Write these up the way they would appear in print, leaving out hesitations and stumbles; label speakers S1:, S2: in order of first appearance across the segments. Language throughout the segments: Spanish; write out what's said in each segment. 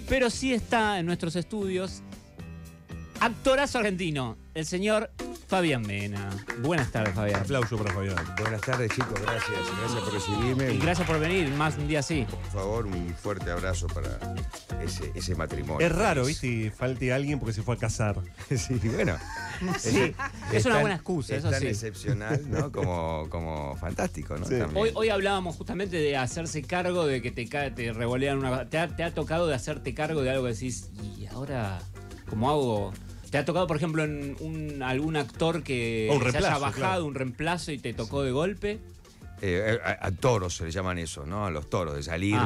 S1: Pero sí está en nuestros estudios actorazo argentino, el señor Fabián Mena. Buenas tardes, Fabián.
S2: Aplauso para Fabián.
S3: Buenas tardes, chicos, gracias. Gracias por recibirme.
S1: Y gracias por venir, más un día así.
S3: Por favor, un fuerte abrazo para ese matrimonio.
S2: Es raro, ¿viste? Y falte alguien porque se fue a casar.
S3: Sí, bueno.
S1: Sí, es una buena excusa,
S3: es
S1: eso
S3: tan
S1: sí.
S3: excepcional, ¿no? Como fantástico, ¿no?
S2: Sí.
S1: Hoy hablábamos justamente de hacerse cargo de que te revolean una... ¿Te ha tocado de hacerte cargo de algo que decís, y ahora, cómo hago? ¿Te ha tocado, por ejemplo, en algún actor que se haya bajado,
S2: claro,
S1: un reemplazo y te tocó de golpe?
S3: A toros se le llaman eso, ¿no? A los toros, de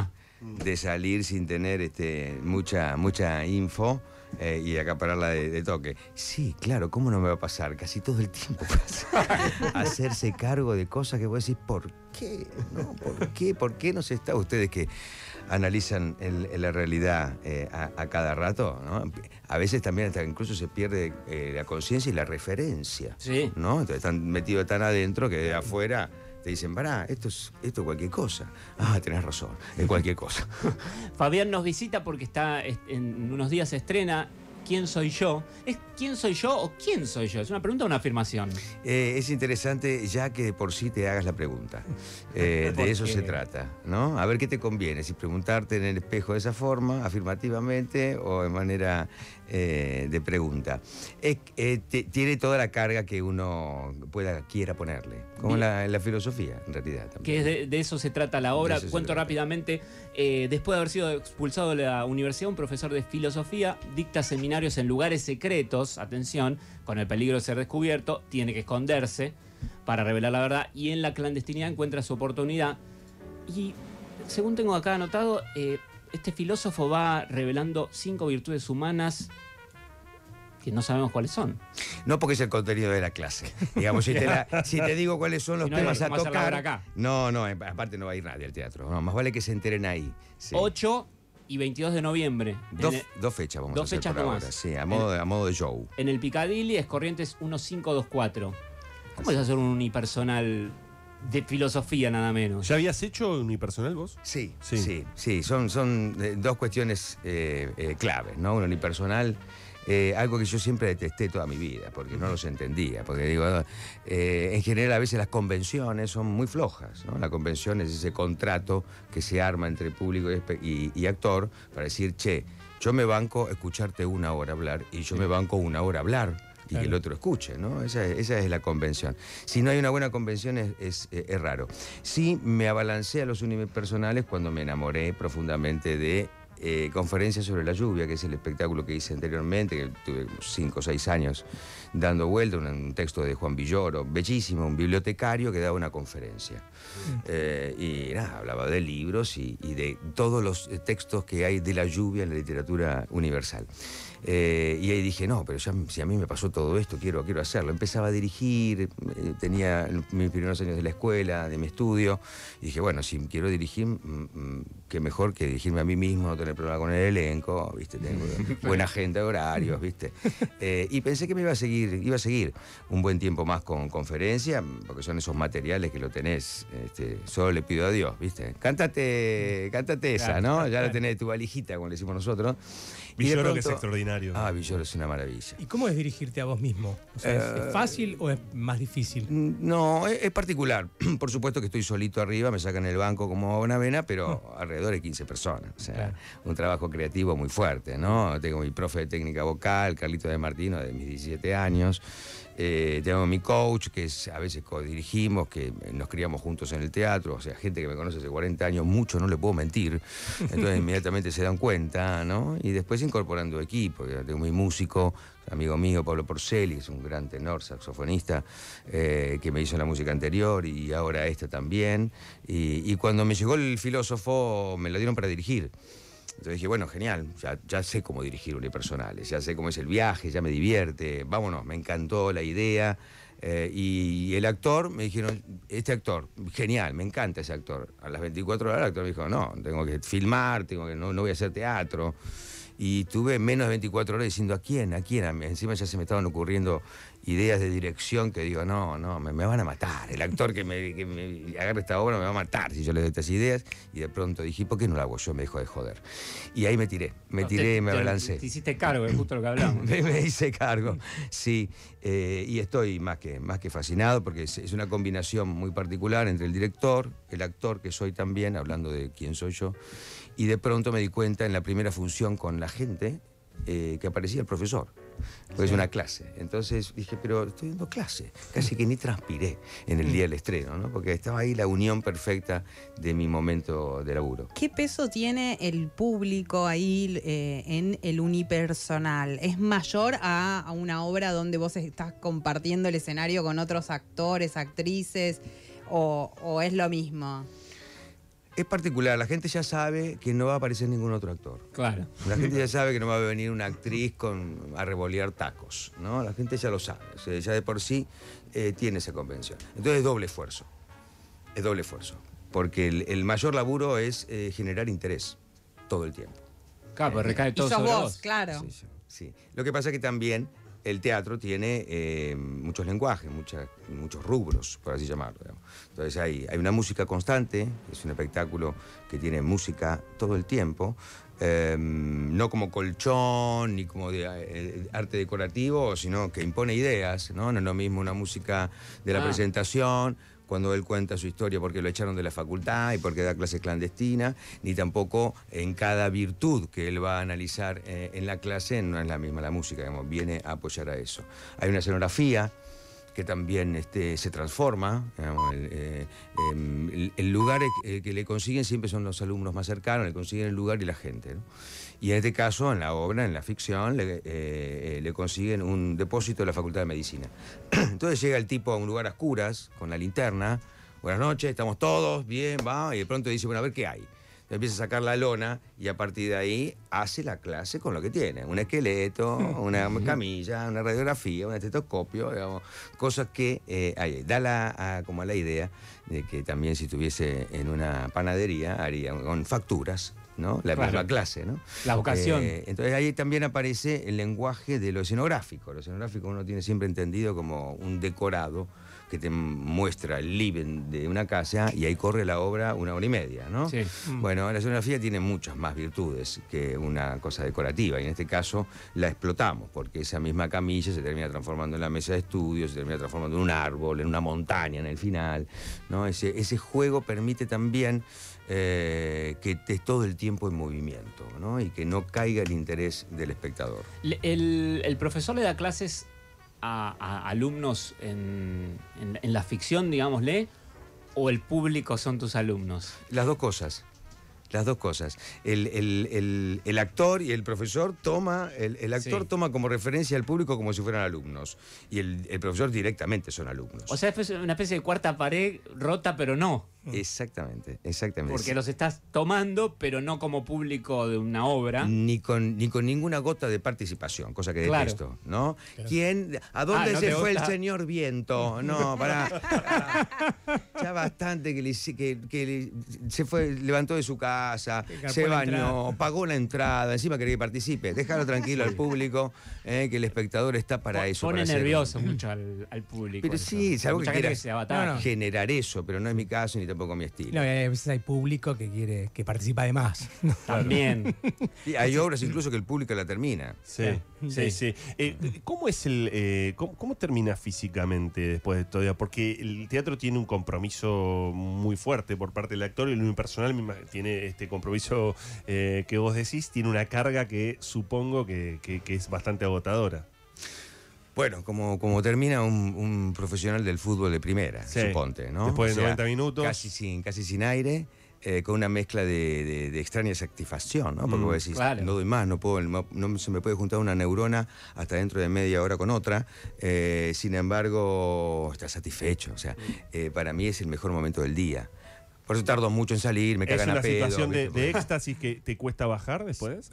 S3: salir sin tener mucha info y acapararla de toque. Sí, claro, ¿cómo no me va a pasar? Casi todo el tiempo pasa. Hacerse cargo de cosas que vos decís, ¿por qué? ¿No? ¿Por qué? ¿Por qué no se está? Ustedes que analizan la realidad a cada rato, ¿no? A veces también hasta incluso se pierde la conciencia y la referencia,
S1: Sí.
S3: ¿no? Entonces están metidos tan adentro que de afuera te dicen, pará, esto es cualquier cosa. Ah, tenés razón, es cualquier cosa.
S1: Fabián nos visita porque en unos días se estrena ¿Quién soy yo? ¿Es ¿quién soy yo o quién soy yo? ¿Es una pregunta o una afirmación?
S3: Es interesante ya que de por sí te hagas la pregunta. De eso se trata, ¿no? A ver qué te conviene, si preguntarte en el espejo de esa forma, afirmativamente o en manera de pregunta. Tiene toda la carga que uno quiera ponerle, como la filosofía, en realidad. También.
S1: Que de eso se trata la obra. Cuento rápidamente. Después de haber sido expulsado de la universidad, un profesor de filosofía dicta seminarios en lugares secretos, atención, con el peligro de ser descubierto, tiene que esconderse para revelar la verdad y en la clandestinidad encuentra su oportunidad. Y según tengo acá anotado, este filósofo va revelando 5 virtudes humanas que no sabemos cuáles son.
S3: No porque es el contenido de la clase. Digamos, si te digo cuáles son los temas a tocar.
S1: Acá.
S3: No, aparte no va a ir nadie al teatro. No, más vale que se enteren ahí. Sí.
S1: 8 y 22 de noviembre.
S3: Dos fechas vamos a hacer por ahora. Sí, a modo de show.
S1: En el Piccadilly es Corrientes 1524. ¿Cómo es hacer un unipersonal de filosofía nada menos?
S2: ¿Ya habías hecho unipersonal vos?
S3: Sí. Son dos cuestiones claves, ¿no? Un unipersonal, algo que yo siempre detesté toda mi vida, porque no los entendía. Porque digo, en general a veces las convenciones son muy flojas, ¿no? La convención es ese contrato que se arma entre público y actor para decir, che, yo me banco escucharte 1 hora hablar y yo me banco 1 hora hablar. Y que el otro escuche, ¿no? Esa es la convención. Si no hay una buena convención es raro. Sí me abalancé a los unipersonales cuando me enamoré profundamente de Conferencias sobre la lluvia, que es el espectáculo que hice anteriormente, que tuve 5 o 6 años dando vuelta, un texto de Juan Villoro, bellísimo, un bibliotecario que daba una conferencia. Y nada, hablaba de libros y de todos los textos que hay de la lluvia en la literatura universal. Y ahí dije, no, pero ya, si a mí me pasó todo esto, quiero hacerlo. Empezaba a dirigir, tenía mis primeros años de la escuela, de mi estudio, y dije, bueno, si quiero dirigir, qué mejor que dirigirme a mí mismo, no tener problema con el elenco, ¿viste? Tengo buena agenda de horarios, ¿viste? Y pensé que iba a seguir un buen tiempo más con conferencia, porque son esos materiales que lo tenés, solo le pido a Dios, ¿viste? Cántate esa, ¿no? Ya la tenés de tu valijita, como le decimos nosotros.
S2: Villoro, que es extraordinario.
S3: Ah, Villoro es una maravilla.
S4: ¿Y cómo es dirigirte a vos mismo? O sea, ¿es fácil o es más difícil?
S3: No, es particular. Por supuesto que estoy solito arriba, me sacan el banco como una vena, pero alrededor de 15 personas. O sea, un trabajo creativo muy fuerte, ¿no? Tengo mi profe de técnica vocal, Carlito de Martino, de mis 17 años. Tengo mi coach, que a veces codirigimos, que nos criamos juntos en el teatro, o sea, gente que me conoce hace 40 años, mucho no le puedo mentir, entonces inmediatamente se dan cuenta, ¿no? Y después incorporando equipo, tengo mi músico, amigo mío, Pablo Porcelli, es un gran tenor, saxofonista, que me hizo la música anterior y ahora esta también, y cuando me llegó el filósofo me lo dieron para dirigir. Entonces dije, bueno, genial, ya sé cómo dirigir unipersonales, ya sé cómo es el viaje, ya me divierte, vámonos, me encantó la idea. Y el actor, me dijeron, este actor, genial, me encanta ese actor. A las 24 horas el actor me dijo, no, tengo que filmar, no voy a hacer teatro. Y tuve menos de 24 horas diciendo, ¿a quién? ¿A quién? Encima ya se me estaban ocurriendo ideas de dirección que digo, no, me van a matar. El actor que me agarre esta obra me va a matar si yo le doy estas ideas. Y de pronto dije, ¿por qué no lo hago yo? Me dejo de joder. Y ahí me tiré, me abalancé.
S1: Te hiciste cargo, es justo lo que hablamos.
S3: me hice cargo, sí. Y estoy más que fascinado porque es una combinación muy particular entre el director, el actor que soy también, hablando de quién soy yo. Y de pronto me di cuenta en la primera función con la gente que aparecía el profesor. Pues es una clase. Entonces dije, pero estoy dando clase. Casi que ni transpiré en el día del estreno, ¿no? Porque estaba ahí la unión perfecta de mi momento de laburo.
S5: ¿Qué peso tiene el público ahí en el unipersonal? ¿Es mayor a una obra donde vos estás compartiendo el escenario con otros actores, actrices, o es lo mismo?
S3: Es particular, la gente ya sabe que no va a aparecer ningún otro actor.
S1: Claro.
S3: La gente ya sabe que no va a venir una actriz a revolear tacos, ¿no? La gente ya lo sabe, o sea, ya de por sí tiene esa convención. Entonces es doble esfuerzo, porque el mayor laburo es generar interés todo el tiempo.
S1: Claro, pues recae todo sobre vos.
S5: Claro.
S3: Sí. Lo que pasa es que también el teatro tiene muchos lenguajes, muchos rubros, por así llamarlo. Digamos. Entonces hay una música constante, es un espectáculo que tiene música todo el tiempo, no como colchón ni como de arte decorativo, sino que impone ideas, ¿no? No es lo mismo una música de la presentación, cuando él cuenta su historia porque lo echaron de la facultad y porque da clases clandestinas, ni tampoco en cada virtud que él va a analizar en la clase, no es la misma la música, digamos, viene a apoyar a eso. Hay una escenografía que también se transforma, digamos, el lugar que le consiguen siempre son los alumnos más cercanos, le consiguen el lugar y la gente, ¿no? Y en este caso, en la obra, en la ficción, le consiguen un depósito de la Facultad de Medicina. Entonces llega el tipo a un lugar a oscuras, con la linterna, buenas noches, estamos todos, bien, va, y de pronto dice, bueno, a ver qué hay. Entonces empieza a sacar la lona y a partir de ahí hace la clase con lo que tiene. Un esqueleto, una camilla, una radiografía, un estetoscopio, digamos, cosas que da como la idea de que también si estuviese en una panadería haría con facturas, ¿no? La misma clase, ¿no?
S1: La vocación.
S3: Entonces ahí también aparece el lenguaje de lo escenográfico. Lo escenográfico uno tiene siempre entendido como un decorado que te muestra el living de una casa y ahí corre la obra 1 hora y media, ¿no?
S1: Sí.
S3: Bueno, la escenografía tiene muchas más virtudes que una cosa decorativa y en este caso la explotamos porque esa misma camilla se termina transformando en la mesa de estudio, se termina transformando en un árbol, en una montaña en el final, ¿no? Ese juego permite también que estés todo el tiempo en movimiento, ¿no? Y que no caiga el interés del espectador.
S1: ¿El profesor le da clases a alumnos en la ficción, digámosle, o el público son tus alumnos?
S3: Las dos cosas. Las dos cosas. El actor y el profesor el actor toma como referencia al público como si fueran alumnos. Y el profesor directamente son alumnos.
S1: O sea, es una especie de cuarta pared rota, pero no.
S3: Exactamente.
S1: Porque los estás tomando, pero no como público de una obra.
S3: Ni con ninguna gota de participación, cosa que detesto, ¿no?
S4: Claro.
S3: ¿A dónde
S1: no
S3: se fue
S1: gusta?
S3: el señor Viento? No, pará. Ya bastante que se fue, levantó de su casa, se bañó, pagó la entrada, encima quería que participe. Déjalo tranquilo al público, que el espectador está para eso.
S1: Pone
S3: para
S1: nervioso mucho al público.
S3: Pero sí, es algo que
S1: mucha gente
S3: quiera
S1: que se abatalla.
S3: generar eso, pero no es mi caso ni tampoco mi estilo.
S4: No, y a veces hay público que participa de más.
S1: También.
S3: Sí, hay obras incluso que el público la termina.
S2: Sí. ¿Cómo es cómo termina físicamente después de todo? Porque el teatro tiene un compromiso muy fuerte por parte del actor y el unipersonal tiene este compromiso que vos decís, tiene una carga que supongo que es bastante agotadora.
S3: Bueno, como termina un profesional del fútbol de primera, suponte, ¿no?
S2: Después de 90 minutos.
S3: Casi sin aire, con una mezcla de extraña satisfacción, ¿no? Porque vos decís,
S1: claro.
S3: no doy más, no se me puede juntar una neurona hasta dentro de media hora con otra. Sin embargo, estás satisfecho. O sea, para mí es el mejor momento del día. Por eso tardo mucho en salir, me cagan a pedo.
S2: ¿Es una situación
S3: ¿viste?
S2: de éxtasis que te cuesta bajar después?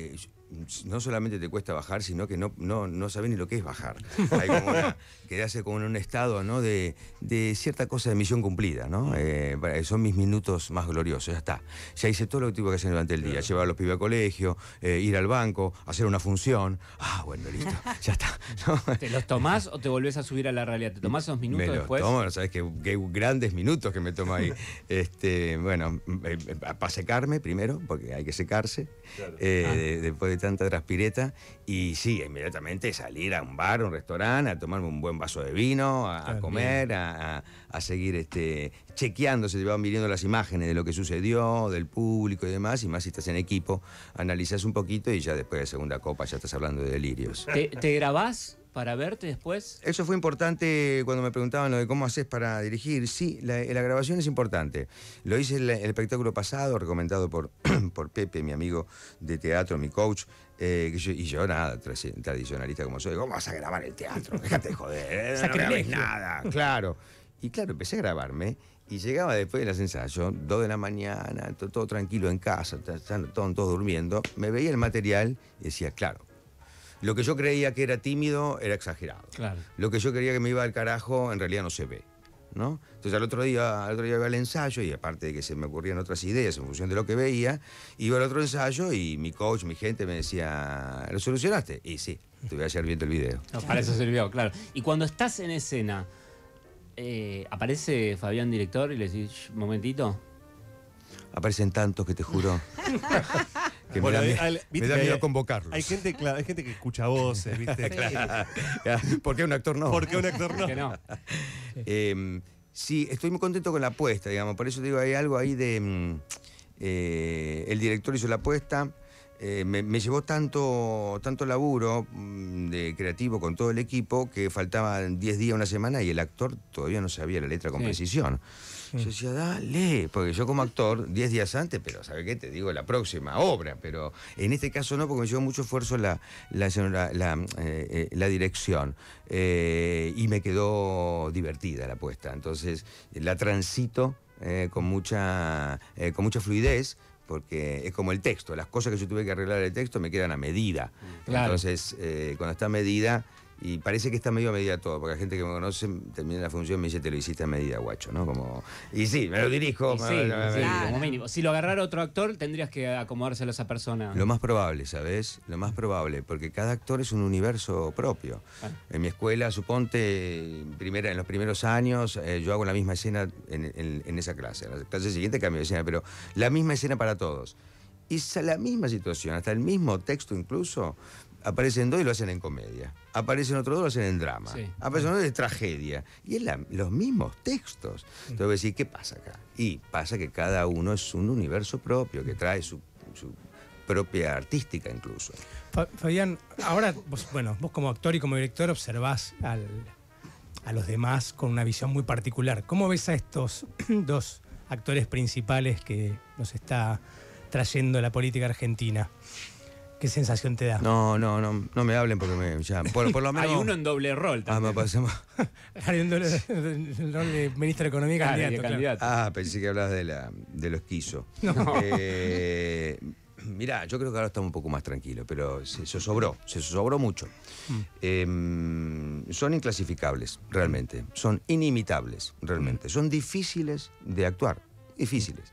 S3: No solamente te cuesta bajar, sino que no sabés ni lo que es bajar. Hay como quedarse como en un estado, ¿no? de cierta cosa de misión cumplida, ¿no? Son mis minutos más gloriosos, ya está. Ya hice todo lo que tuve que hacer durante el día. Llevar a los pibes al colegio, ir al banco, hacer una función. Bueno, listo, ya está. ¿No?
S1: ¿Te los tomás o te volvés a subir a la realidad? ¿Te tomás esos minutos después?
S3: Me los tomo, sabes qué grandes minutos que me tomo ahí. Bueno, para secarme primero, porque hay que secarse. Claro. Después de tanta transpireta, y sí, inmediatamente salir a un bar, un restaurante, a tomarme un buen vaso de vino, a comer, a seguir chequeando, se te van viniendo las imágenes de lo que sucedió, del público y demás, y más si estás en equipo, analizás un poquito y ya después de segunda copa ya estás hablando de delirios.
S1: ¿Te grabás para verte después?
S3: Eso fue importante cuando me preguntaban lo de cómo haces para dirigir. Sí, la grabación es importante. Lo hice el espectáculo pasado, recomendado por Pepe, mi amigo de teatro, mi coach. Y yo, nada, tradicionalista como soy, ¿cómo vas a grabar el teatro? Déjate de joder, no grabes nada. Claro. Y claro, empecé a grabarme y llegaba después de los ensayos, 2 de la mañana, todo tranquilo en casa, estaban todos durmiendo. Me veía el material y decía, claro, lo que yo creía que era tímido era exagerado. Claro. Lo que yo creía que me iba al carajo en realidad no se ve, ¿no? Entonces al otro día iba al ensayo y aparte de que se me ocurrían otras ideas en función de lo que veía, iba al otro ensayo y mi coach, mi gente me decía, ¿lo solucionaste? Y sí, te voy a hacer viendo el video.
S1: No, para eso sirvió, claro. Y cuando estás en escena, aparece Fabián director y le decís, momentito.
S3: Aparecen tantos que te juro que bueno, me da miedo convocarlos.
S2: Hay gente que escucha voces, ¿viste?
S3: Claro. ¿Por qué un actor no?
S2: ¿Por qué un actor no?
S1: Que no.
S3: Sí, estoy muy contento con la apuesta, digamos. Por eso digo, hay algo ahí de... el director hizo la apuesta. Me llevó tanto laburo de creativo con todo el equipo que faltaban 10 días, una semana y el actor todavía no sabía la letra con precisión. Yo decía, dale, porque yo como actor 10 días antes, pero ¿sabes qué? Te digo la próxima obra, pero en este caso no, porque me llevó mucho esfuerzo la dirección y me quedó divertida la apuesta. Entonces la transito con mucha fluidez, porque es como el texto, las cosas que yo tuve que arreglar el texto me quedan a medida. Claro. Entonces, cuando está a medida, y parece que está medio a medida todo, porque la gente que me conoce termina la función y me dice, te lo hiciste a medida, guacho, ¿no? Como, y sí, me lo dirijo.
S1: Como mínimo. Si lo agarrara otro actor, tendrías que acomodárselo a esa persona.
S3: Lo más probable, ¿sabes? Lo más probable, porque cada actor es un universo propio. En mi escuela, suponte, en los primeros años, yo hago la misma escena en esa clase. En la clase siguiente cambio de escena, pero la misma escena para todos. Y la misma situación, hasta el mismo texto incluso, aparecen 2 y lo hacen en comedia. Aparecen otros 2 y lo hacen en drama. Sí. Aparecen otros de tragedia. Y es los mismos textos. Entonces voy a decir, ¿qué pasa acá? Y pasa que cada uno es un universo propio, que trae su propia artística incluso.
S4: Fabián, ahora vos como actor y como director observás a los demás con una visión muy particular. ¿Cómo ves a estos 2 actores principales que nos está trayendo la política argentina? ¿Qué sensación te da?
S3: No me hablen porque por lo menos...
S1: Hay uno en doble rol también.
S4: Hay un doble rol de ministro de Economía y candidato.
S3: Pensé que hablabas de los quiso. No. Mirá, yo creo que ahora estamos un poco más tranquilos, pero se sobró mucho. Son inclasificables, realmente. Son inimitables, realmente. Son difíciles de actuar, difíciles.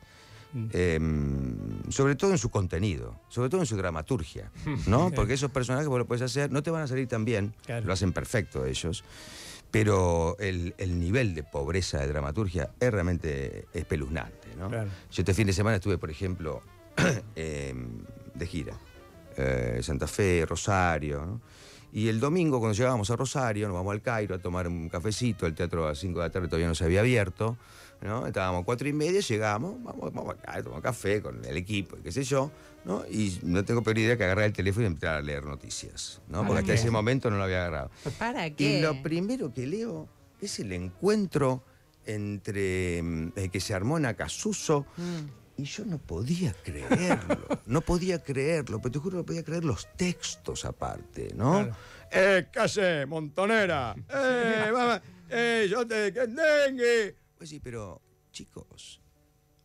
S3: Sobre todo en su contenido, sobre todo en su dramaturgia, ¿no? Porque esos personajes vos lo puedes hacer, no te van a salir tan bien, lo hacen perfecto ellos, pero el nivel de pobreza de dramaturgia es realmente espeluznante, ¿no? Claro. Yo este fin de semana estuve, por ejemplo, de gira, Santa Fe, Rosario, ¿no? Y el domingo, cuando llegábamos a Rosario, nos vamos al Cairo a tomar un cafecito, el teatro a las 5 de la tarde todavía no se había abierto, ¿no? Estábamos a 4:30, llegamos, vamos acá, tomamos café con el equipo, qué sé yo, ¿no? Y no tengo peor idea que agarrar el teléfono y empezar a leer noticias, ¿no? Porque hasta ese momento no lo había agarrado.
S5: ¿Para qué?
S3: Y lo primero que leo es el encuentro entre que se armó en Acasuso. Y yo no podía creerlo, pero te juro que no podía creer los textos aparte, ¿no? Claro. ¿Qué hace, montonera? Mamá, yo te dengue. Pues sí, pero, chicos,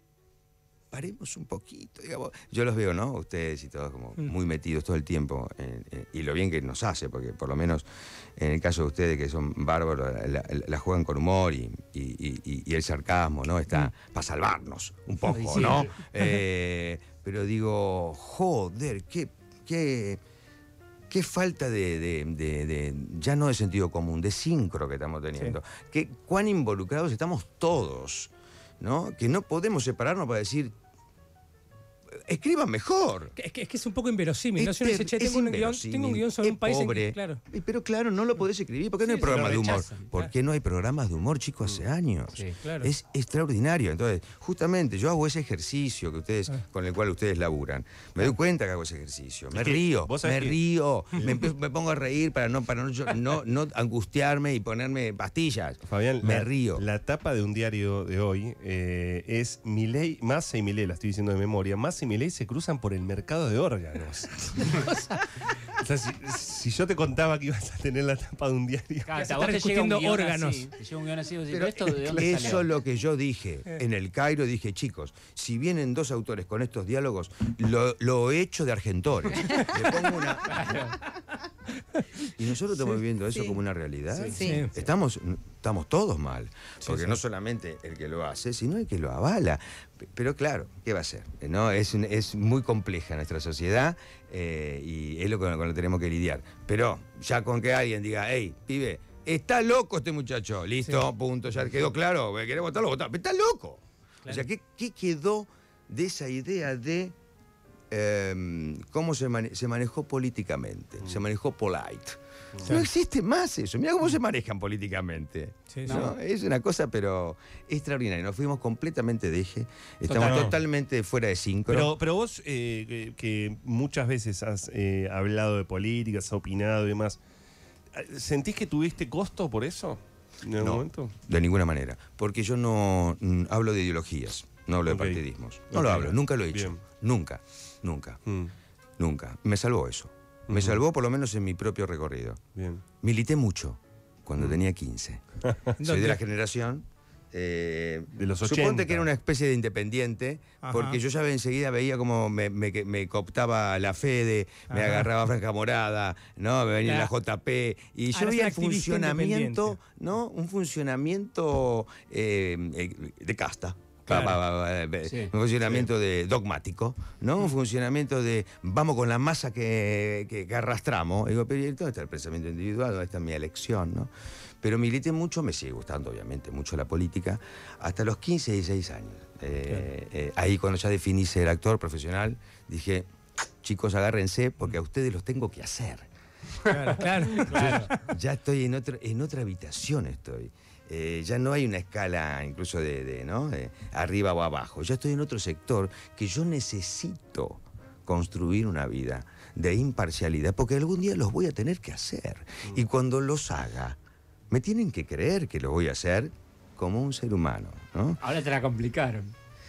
S3: paremos un poquito, digamos. Yo los veo, ¿no? Ustedes y todos como muy metidos todo el tiempo, y lo bien que nos hace, porque por lo menos en el caso de ustedes, que son bárbaros, la juegan con humor y el sarcasmo, ¿no? Está para salvarnos un poco, ¿no? Pero digo, joder, qué falta de ya no de sentido común, de sincro que estamos teniendo. Cuán involucrados estamos todos, ¿no? Que no podemos separarnos para decir, escriban mejor.
S4: Es que es un poco inverosímil, ¿no? Si uno dice, che, tengo un guión sobre un país
S3: pobre.
S4: Claro.
S3: Pero claro, no lo podés escribir. ¿Por qué no hay programas de humor? ¿Por qué no hay programas de humor, chicos, hace años?
S4: Sí, claro.
S3: Es extraordinario. Entonces, justamente, yo hago ese ejercicio que ustedes, con el cual ustedes laburan. Me doy cuenta que hago ese ejercicio. Me río. Me pongo a reír para no angustiarme y ponerme pastillas.
S2: Fabián,
S3: me río.
S2: La tapa de un diario de hoy es Milei, Massa y Milei, la estoy diciendo de memoria. Massa y Milei se cruzan por el mercado de órganos. O sea, si yo te contaba que ibas a tener la tapa de un diario.
S1: Claro,
S4: te estás discutiendo órganos.
S1: Te llega un guión así, vos decís,
S3: Pero
S1: ¿esto de dónde
S3: eso
S1: salió?
S3: es lo que yo dije. En el Cairo dije, chicos, si vienen dos autores con estos diálogos, lo he hecho de Argentores. Le pongo una... Y nosotros estamos viviendo eso como una realidad.
S5: Sí.
S3: Estamos todos mal. Porque no solamente el que lo hace, sino el que lo avala. Pero claro, ¿qué va a ser? ¿No? Es muy compleja nuestra sociedad y es lo con lo que tenemos que lidiar. Pero ya con que alguien diga, hey, pibe, está loco este muchacho. Listo, punto, ya quedó claro. Queremos votarlo, votar. Está loco. Claro. O sea, ¿qué quedó de esa idea de cómo se manejó políticamente? Se manejó polite. No existe más eso. Mira cómo se manejan políticamente. ¿No? Es una cosa, pero extraordinaria. Nos fuimos completamente de eje. Estamos totalmente fuera de sincro.
S2: Pero vos, que muchas veces has hablado de política, has opinado y demás, ¿sentís que tuviste costo por eso en algún momento?
S3: De ninguna manera. Porque yo no hablo de ideologías, no hablo de partidismos. No lo hablo, nunca lo he hecho. Nunca. Me salvó eso. Me salvó por lo menos en mi propio recorrido.
S2: Bien.
S3: Milité mucho cuando tenía 15. Soy de la generación...
S2: de los 80.
S3: Suponte que era una especie de independiente, porque yo ya enseguida veía como me cooptaba la Fede, me agarraba Franja Morada, ¿no? Me venía la JP, y yo veía el funcionamiento, ¿no? Un funcionamiento de casta. Un funcionamiento dogmático, ¿no? Un funcionamiento de vamos con la masa que arrastramos. Digo, pero ¿dónde está el pensamiento individual? ¿Dónde está mi elección? ¿No? Pero milité mucho, me sigue gustando obviamente mucho la política, hasta los 15, 16 años. Ahí cuando ya definí ser actor profesional, dije, chicos, agárrense porque a ustedes los tengo que hacer.
S4: Claro.
S3: Ya estoy en otra habitación estoy. Ya no hay una escala incluso de arriba o abajo. Ya estoy en otro sector que yo necesito construir una vida de imparcialidad, porque algún día los voy a tener que hacer. Y cuando los haga, me tienen que creer que lo voy a hacer como un ser humano, ¿no?
S1: Ahora te la complicaron.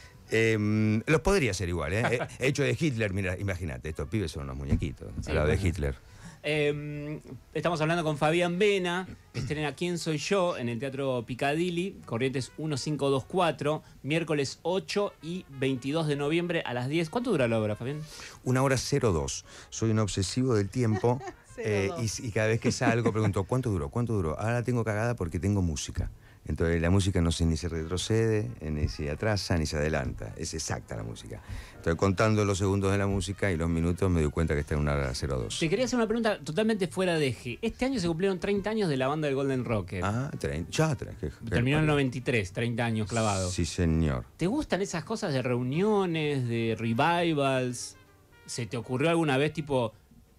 S3: Los podría hacer igual, ¿eh? He hecho de Hitler, mira, imagínate, estos pibes son unos muñequitos, al lado de Hitler.
S1: Estamos hablando con Fabián Vena, estrena ¿Quién soy yo? En el Teatro Piccadilly, Corrientes 1524, miércoles 8 y 22 de noviembre a las 10. ¿Cuánto dura la obra, Fabián?
S3: 1:02. Soy un obsesivo del tiempo y cada vez que salgo pregunto, ¿cuánto duró? Ahora la tengo cagada porque tengo música. Entonces la música no se ni se retrocede, ni se atrasa, ni se adelanta. Es exacta la música. Estoy contando los segundos de la música y los minutos me doy cuenta que está en 1:02.
S1: Te quería hacer una pregunta totalmente fuera de eje. Este año se cumplieron 30 años de la banda del Golden Rocket. Terminó en el 93, 30 años clavados.
S3: Sí, señor.
S1: ¿Te gustan esas cosas de reuniones, de revivals? ¿Se te ocurrió alguna vez tipo...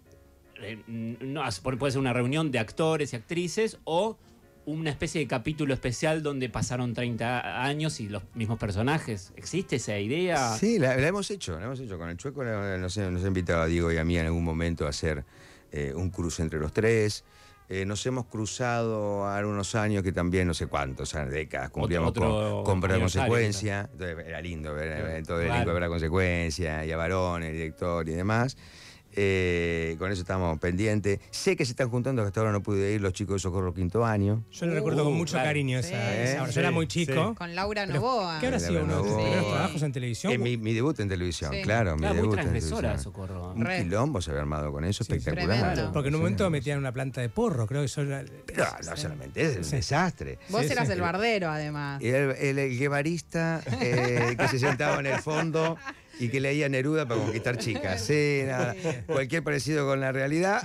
S1: puede ser una reunión de actores y actrices o... una especie de capítulo especial donde pasaron 30 años y los mismos personajes? ¿Existe esa idea?
S3: Sí, la hemos hecho. Con el Chueco nos ha invitado a Diego y a mí en algún momento a hacer un cruce entre los tres. Nos hemos cruzado hace unos años que también, no sé cuántos, décadas, cumplíamos con Verdad Consecuencia. Entonces era lindo ver todo el elenco de Verdad Consecuencia, y a Varón, el director y demás. Con eso estamos pendientes. Sé que se están juntando, que hasta ahora no pude ir, los chicos de Socorro Quinto Año.
S4: Yo le recuerdo con mucho
S1: claro.
S4: cariño esa obra. Yo era muy chico.
S5: Con Laura
S4: Pero,
S5: Novoa.
S4: ¿Qué habrá sido uno de tus
S3: Novoa.
S4: primeros trabajos en televisión?
S3: Mi debut en televisión,
S5: Sí.
S3: claro. Mi
S1: Claro, muy
S3: debut en
S1: transgresora,
S3: televisión.
S1: Socorro.
S3: Un
S5: Re.
S3: quilombo se había armado con eso,
S4: Sí,
S3: espectacular.
S5: tremendo.
S4: Porque en un
S3: Sí,
S4: momento
S3: sí.
S4: metían una planta de porro, creo que eso era...
S3: Pero no solamente, es un desastre.
S5: Vos
S4: Sí,
S5: eras
S4: sí.
S5: el bardero, además.
S3: Y el guevarista que se sentaba en el fondo y que leía Neruda para conquistar chicas. Sí, nada. Cualquier parecido con la realidad.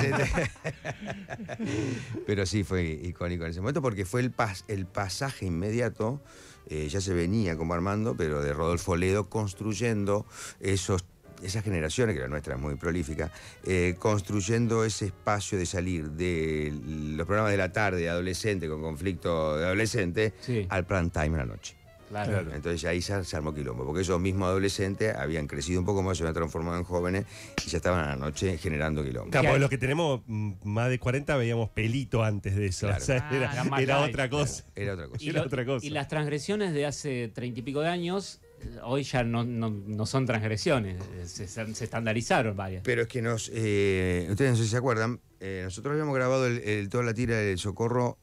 S3: Pero sí fue icónico en ese momento porque fue el pasaje inmediato. Ya se venía como armando, pero de Rodolfo Ledo construyendo esas generaciones, que la nuestra es muy prolífica, construyendo ese espacio de salir de los programas de la tarde, adolescente, con conflicto de adolescente,
S1: Sí.
S3: al prime time en la noche.
S1: Claro.
S3: Entonces ahí se armó quilombo, porque esos mismos adolescentes habían crecido un poco más, se habían transformado en jóvenes y ya estaban a la noche generando quilombo.
S2: Claro, porque los que tenemos más de 40 veíamos pelito antes de eso.
S3: Claro.
S2: O sea,
S1: Era más
S2: era
S1: light,
S2: otra cosa.
S3: Era otra cosa.
S1: Y,
S2: Era otra cosa.
S1: y las transgresiones de hace 30 y pico de años, hoy ya no son transgresiones, se estandarizaron varias.
S3: Pero es que ustedes no sé si se acuerdan, nosotros habíamos grabado toda la tira del Socorro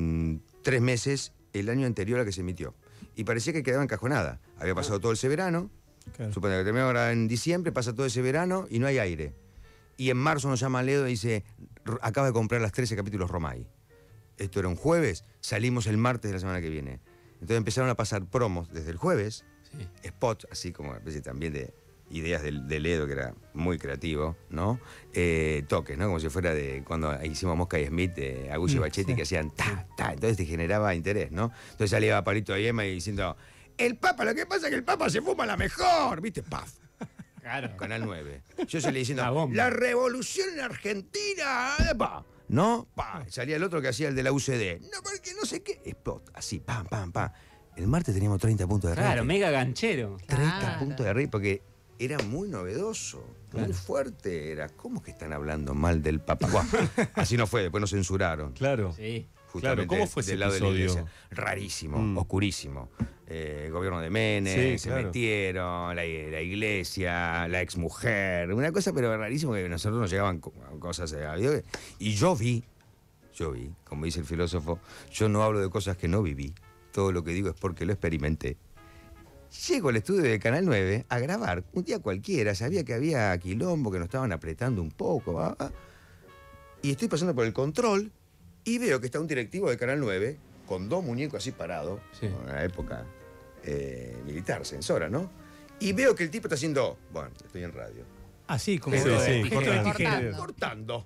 S3: 3 meses el año anterior a que se emitió. Y parecía que quedaba encajonada. Había pasado todo ese verano,
S4: Claro.
S3: supongo que terminamos ahora en diciembre, pasa todo ese verano y no hay aire. Y en marzo nos llama Ledo y dice, acaba de comprar las 13 capítulos Romay. Esto era un jueves, salimos el martes de la semana que viene. Entonces empezaron a pasar promos desde el jueves,
S1: Sí.
S3: spots, así como una especie también de ideas de Ledo, que era muy creativo, ¿no? Toques, ¿no? Como si fuera de cuando hicimos Mosca y Smith, Agus y Bachetti,
S4: sí.
S3: que hacían ta, entonces te generaba interés, ¿no? Entonces salía Palito de Yema y diciendo, el Papa, lo que pasa es que el Papa se fuma la mejor, ¿viste? ¡Paf!
S1: Claro.
S3: Canal 9. Yo salía
S1: La
S3: diciendo,
S1: bomba.
S3: la revolución en Argentina, ¡pa! ¿No? ¡Pa! Salía el otro que hacía el de la UCD. No, porque no sé qué. Spot, así, pam, pam, pam. El martes teníamos 30 puntos de rating.
S1: Claro, mega ganchero.
S3: 30
S5: Claro.
S3: puntos de rating, porque era muy novedoso, muy fuerte. Era, ¿cómo que están hablando mal del Papa? Buah, así no fue, después nos censuraron.
S2: Claro.
S1: Sí.
S3: Justamente
S2: Claro, ¿cómo fue ese
S3: del lado de la
S2: episodio?
S3: iglesia. Rarísimo, oscurísimo. Gobierno de Menem,
S2: Sí,
S3: se
S2: claro.
S3: metieron, la iglesia, la exmujer, una cosa pero rarísimo que a nosotros nos llegaban cosas y yo vi, como dice el filósofo, yo no hablo de cosas que no viví, todo lo que digo es porque lo experimenté. Llego al estudio de Canal 9 a grabar un día cualquiera, sabía que había quilombo, que nos estaban apretando un poco, y estoy pasando por el control y veo que está un directivo de Canal 9 con 2 muñecos así parados,
S1: Sí.
S3: en una época militar, censora, ¿no? Y veo que el tipo está haciendo, bueno, estoy en radio,
S4: Así, como
S3: Sí, sí,
S4: gesto de
S2: cortando.
S4: tijera.
S3: cortando.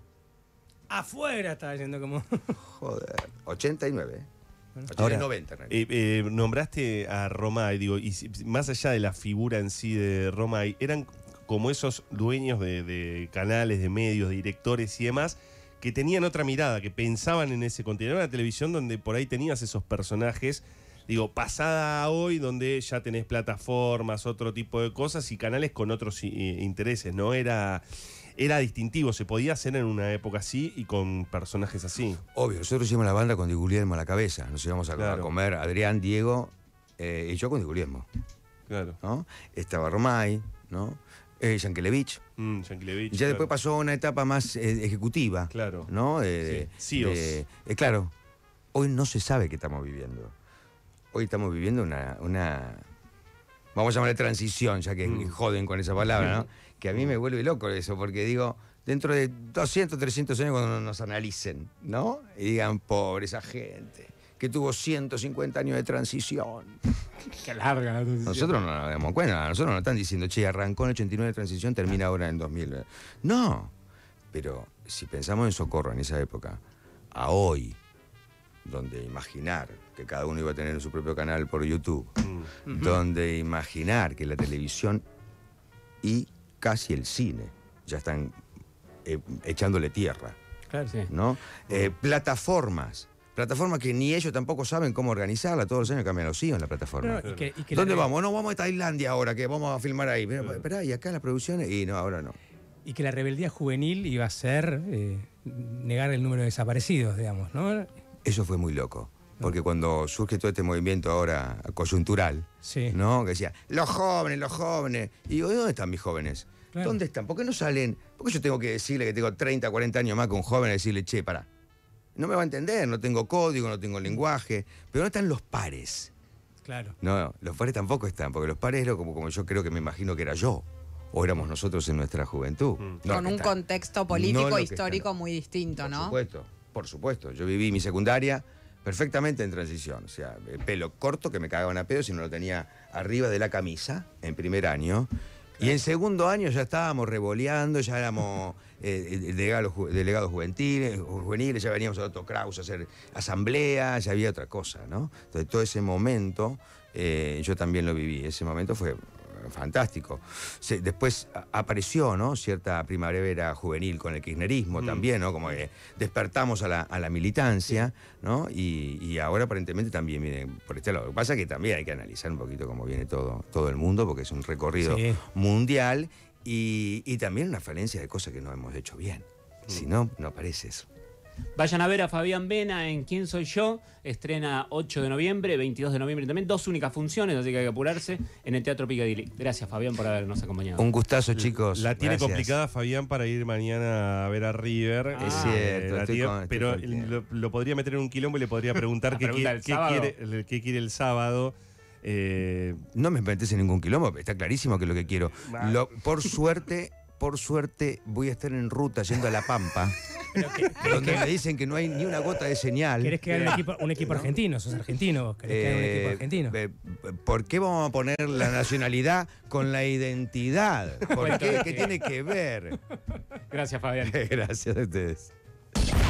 S4: Afuera estaba yendo como...
S3: Joder, 89,
S2: Ahora,
S3: 90 en realidad.
S2: nombraste a Romay, digo, y más allá de la figura en sí de Romay, eran como esos dueños de canales, de medios, de directores y demás, que tenían otra mirada, que pensaban en ese contenido. Era una televisión donde por ahí tenías esos personajes, digo, pasada a hoy, donde ya tenés plataformas, otro tipo de cosas y canales con otros intereses, ¿no? Era distintivo, se podía hacer en una época así y con personajes así.
S3: Obvio, nosotros hicimos la banda con Di Guglielmo a la cabeza, nos íbamos a
S2: Claro.
S3: comer Adrián, Diego y yo con Di Guglielmo,
S2: Claro.
S3: ¿no? Estaba Romay, ¿no? Yankelevich.
S2: Yankelevich.
S3: Y ya después pasó a una etapa más ejecutiva.
S2: Claro.
S3: ¿No?
S2: Sí, CEOs.
S3: Claro. Hoy no se sabe qué estamos viviendo. Hoy estamos viviendo una vamos a llamarle transición, ya que joden con esa palabra, ¿no? Que a mí me vuelve loco eso, porque digo, dentro de 200, 300 años cuando nos analicen, ¿no? Y digan, pobre esa gente, que tuvo 150 años de transición.
S1: Qué larga la transición.
S3: Nosotros no nos damos cuenta, a nosotros nos están diciendo, che, arrancó en el 89 de transición, termina ahora en 2000. No, pero si pensamos en Socorro en esa época, a hoy, donde imaginar que cada uno iba a tener su propio canal por YouTube, donde imaginar que la televisión y casi el cine ya están echándole tierra,
S4: Claro,
S1: Sí.
S3: ¿no? Plataformas que ni ellos tampoco saben cómo organizarla, todos los años cambian los CEOs en la plataforma.
S4: No, y que
S3: ¿Dónde
S4: la-
S3: vamos? No, vamos a Tailandia ahora, que vamos a filmar ahí. Pero, esperá, y acá las producciones, y no, ahora no.
S4: Y que la rebeldía juvenil iba a ser negar el número de desaparecidos, digamos, ¿no?
S3: Eso fue muy loco. Porque cuando surge todo este movimiento ahora coyuntural,
S4: Sí.
S3: ¿no? Que decía, los jóvenes. Y digo, ¿dónde están mis jóvenes?
S4: Claro.
S3: ¿Dónde están? ¿Por qué no salen? ¿Por qué yo tengo que decirle que tengo 30, 40 años más que un joven y decirle, che, pará? No me va a entender, no tengo código, no tengo lenguaje. Pero no están los pares.
S4: Claro.
S3: No, los pares tampoco están, porque los pares eran como yo creo que me imagino que era yo. O éramos nosotros en nuestra juventud. No,
S5: Con un contexto político histórico muy distinto, ¿no?
S3: Por supuesto. Yo viví mi secundaria perfectamente en transición. O sea, pelo corto que me cagaban a pedo si no lo tenía arriba de la camisa en primer año. Y en segundo año ya estábamos revoleando, ya éramos delegados juveniles, ya veníamos a Otto Kraus a hacer asamblea, ya había otra cosa, ¿no? Entonces todo ese momento yo también lo viví. Ese momento fue fantástico. Después apareció, ¿no?, cierta primavera juvenil con el kirchnerismo también, ¿no? Como que despertamos a la militancia, ¿no? Y ahora aparentemente también viene por este lado. Lo que pasa es que también hay que analizar un poquito cómo viene todo el mundo, porque es un recorrido mundial y también una falencia de cosas que no hemos hecho bien. Si no, no aparece eso.
S1: Vayan a ver a Fabián Vena en ¿Quién soy yo? Estrena 8 de noviembre, 22 de noviembre también. 2 únicas funciones, así que hay que apurarse en el Teatro Piccadilly. Gracias, Fabián, por habernos acompañado.
S3: Un gustazo, chicos.
S2: La tiene
S3: Gracias.
S2: complicada Fabián para ir mañana a ver a River.
S3: Es cierto.
S2: Pero lo podría meter en un quilombo y le podría preguntar qué quiere el sábado.
S3: No me metes en ningún quilombo, está clarísimo que es lo que quiero. Por suerte voy a estar en ruta yendo a La Pampa, donde me dicen que no hay ni una gota de señal.
S4: ¿Querés que haga un equipo argentino? ¿Sos argentino vos? ¿Querés que haga un equipo argentino?
S3: ¿Por qué vamos a poner la nacionalidad con la identidad? ¿Por qué? ¿Qué tiene que ver?
S1: Gracias, Fabián.
S3: Gracias a ustedes.